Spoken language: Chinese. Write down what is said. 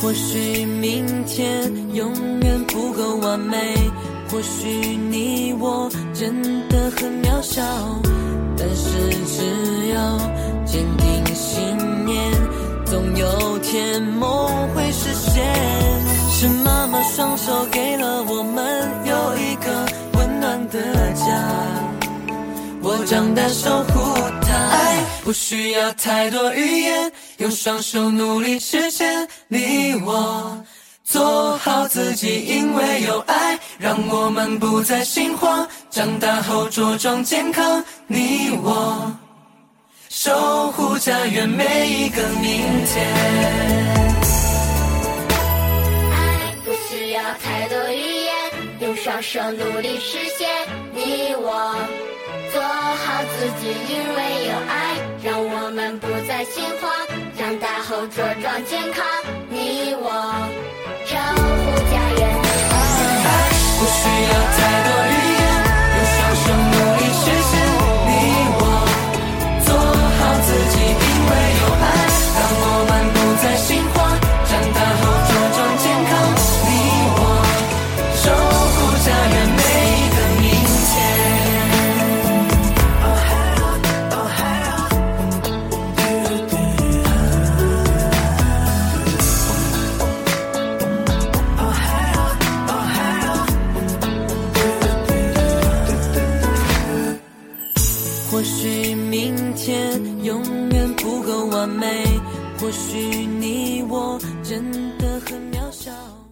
或许明天永远不够完美，或许你我真的很渺小，但是只要坚定信念，总有天梦会实现。是妈妈双手给了我们有一个温暖的家，我长大守护它。爱不需要太多语言，用双手努力实现。你我做好自己，因为有爱，让我们不再心慌。长大后茁壮健康，你我守护家园每一个明天。 爱不需要太多语言，用双手努力实现。你我做好自己，因为有爱，让我们不再心慌。长大后茁壮健康，你我守护家园。 爱不需要太多语言，用双手努力实现。你我做好自己，因为有爱，让我们不再心慌。长大后茁壮健康，你我守护家园每一个明天。或许明天永远不够完美，或许你我真的很渺小。